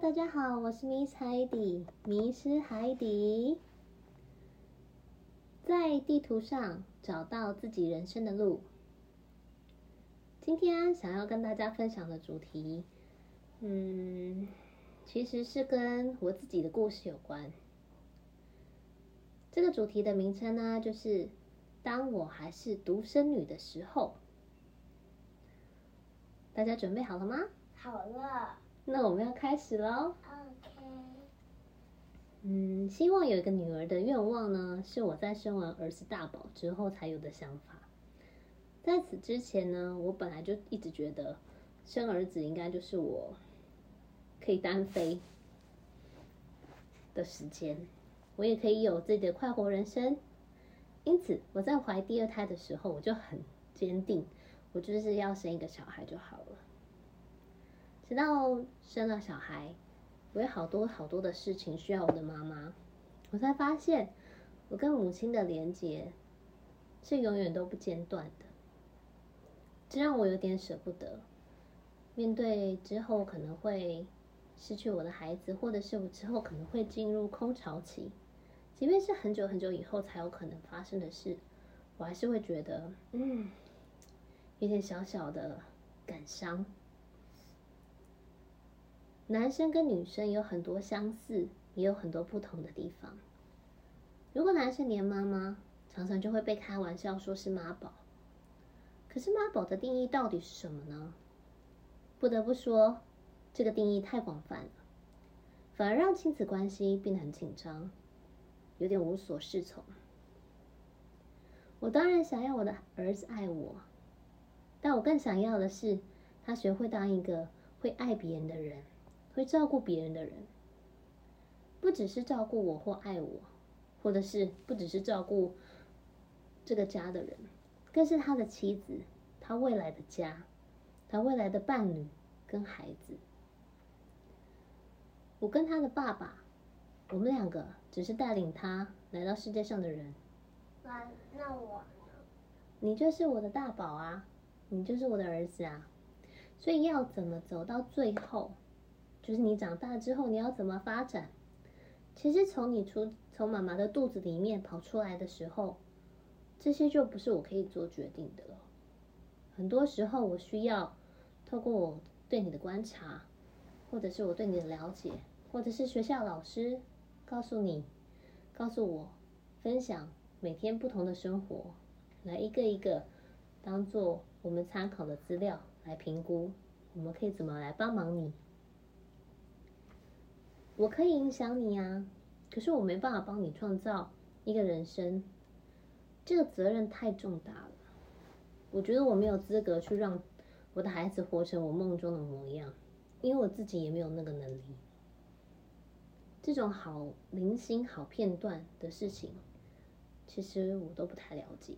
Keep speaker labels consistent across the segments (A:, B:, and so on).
A: 大家好，我是 Miss 海底，迷失海底。在地图上找到自己人生的路。今天想要跟大家分享的主题，其实是跟我自己的故事有关。这个主题的名称呢，就是当我还是独生女的时候。大家准备好了吗？
B: 好了。
A: 那我们要开始咯。
B: OK。
A: 希望有一个女儿的愿望呢，是我在生完儿子大宝之后才有的想法。在此之前呢，我本来就一直觉得生儿子应该就是我可以单飞的时间，我也可以有自己的快活人生。因此我在怀第二胎的时候，我就很坚定，我就是要生一个小孩就好了。直到生了小孩，我有好多的事情需要我的妈妈，我才发现我跟母亲的连结是永远都不间断的。这让我有点舍不得，面对之后可能会失去我的孩子，或者是我之后可能会进入空巢期，即便是很久很久以后才有可能发生的事，我还是会觉得有点小小的感伤。男生跟女生有很多相似，也有很多不同的地方。如果男生连妈妈，常常就会被开玩笑说是妈宝。可是妈宝的定义到底是什么呢？不得不说，这个定义太广泛了，反而让亲子关系变得很紧张，有点无所适从。我当然想要我的儿子爱我，但我更想要的是他学会当一个会爱别人的人，会照顾别人的人。不只是照顾我或爱我，或者是不只是照顾这个家的人，更是他的妻子，他未来的家，他未来的伴侣跟孩子。我跟他的爸爸，我们两个只是带领他来到世界上的人。
B: 那我呢？
A: 你就是我的大宝啊，你就是我的儿子啊。所以要怎么走到最后，就是你长大之后你要怎么发展。其实从妈妈的肚子里面跑出来的时候，这些就不是我可以做决定的了。很多时候我需要透过我对你的观察，或者是我对你的了解，或者是学校老师告诉我分享每天不同的生活，来一个一个当做我们参考的资料来评估我们可以怎么来帮忙你。我可以影响你啊，可是我没办法帮你创造一个人生，这个责任太重大了。我觉得我没有资格去让我的孩子活成我梦中的模样，因为我自己也没有那个能力。这种好零星、好片段的事情，其实我都不太了解。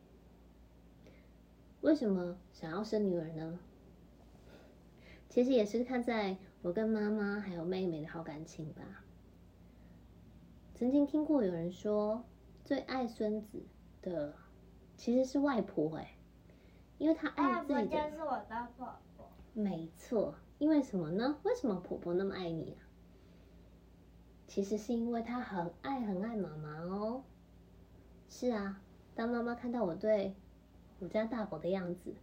A: 为什么想要生女儿呢？其实也是看在我跟妈妈还有妹妹的好感情吧。曾经听过有人说，最爱孙子的其实是外婆因为她爱自己的。
B: 外婆就是我的婆婆。
A: 没错，因为什么呢？为什么婆婆那么爱你啊？其实是因为她很爱妈妈哦。是啊，当妈妈看到我对我家大宝的样子，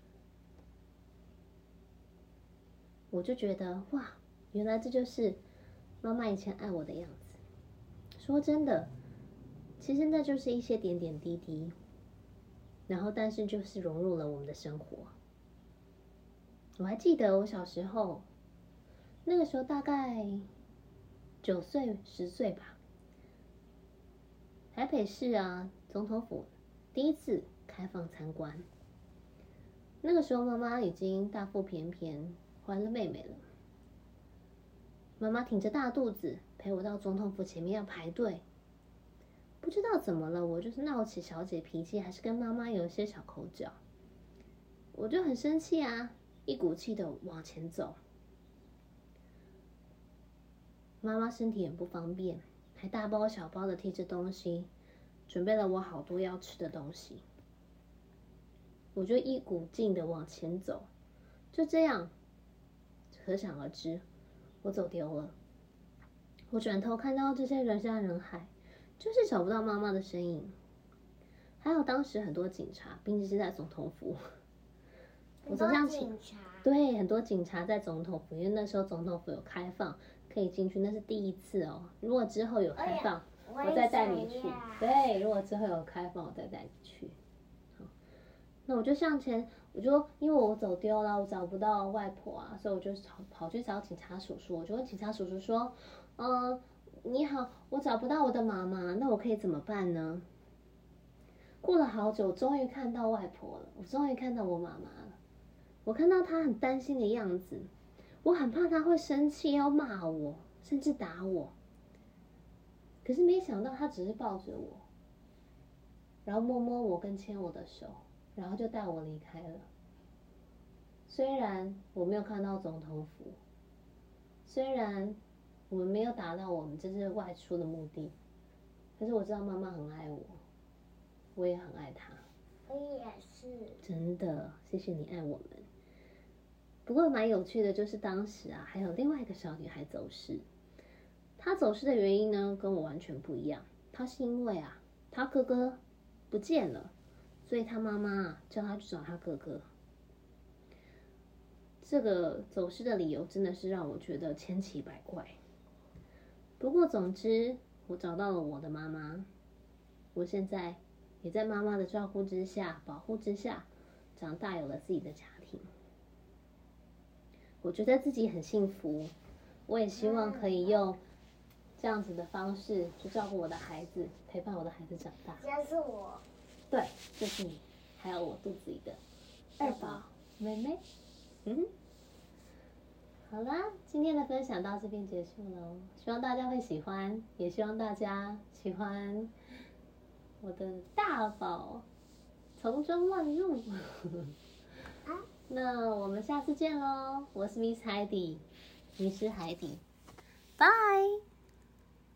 A: 我就觉得哇，原来这就是妈妈以前爱我的样子。说真的，其实那就是一些点点滴滴，然后但是就是融入了我们的生活。我还记得我小时候，那个时候大概9岁10岁吧，台北市总统府第一次开放参观。那个时候妈妈已经大腹便便怀了妹妹了，妈妈挺着大肚子陪我到总统府前面要排队。不知道怎么了，我就是闹起小姐脾气，还是跟妈妈有一些小口角，我就很生气啊，一股气的往前走。妈妈身体很不方便，还大包小包的提着东西，准备了我好多要吃的东西。我就一股劲的往前走，就这样，可想而知， 我走丢了。我转头看到这些人山人海，就是找不到妈妈的身影。还有当时很多警察，并且是在总统府。我走向
B: 警察。
A: 对，很多警察在总统府，因为那时候总统府有开放，可以进去，那是第一次哦。如果之后有开放，我再带你去。对，如果之后有开放，我再带你去。好，那我就向前，因为我走丢了，我找不到外婆啊，所以我就跑去找警察叔叔。我就问警察叔叔说：“你好，我找不到我的妈妈，那我可以怎么办呢？”过了好久，终于看到外婆了，我终于看到我妈妈了。我看到她很担心的样子，我很怕她会生气，要骂我，甚至打我。可是没想到她只是抱着我，然后摸摸我跟牵我的手，然后就带我离开了。虽然我没有看到总统府，虽然我们没有达到我们这次外出的目的，可是我知道妈妈很爱我，我也很爱她。
B: 我也是。
A: 真的，谢谢你爱我们。不过蛮有趣的，就是当时啊，还有另外一个小女孩走失。她走失的原因呢，跟我完全不一样。她是因为啊，她哥哥不见了，所以她妈妈叫她去找她哥哥。这个走失的理由真的是让我觉得千奇百怪。不过总之，我找到了我的妈妈。我现在也在妈妈的照顾之下、保护之下，长大有了自己的家庭。我觉得自己很幸福，我也希望可以用这样子的方式去照顾我的孩子，陪伴我的孩子长大。
B: 这是我。
A: 对，就是你，还有我肚子里的二宝妹妹。好啦，今天的分享到这边结束了，希望大家会喜欢，也希望大家喜欢我的大宝从中乱入。那我们下次见喽！我是 Miss 海底，迷失海底，拜。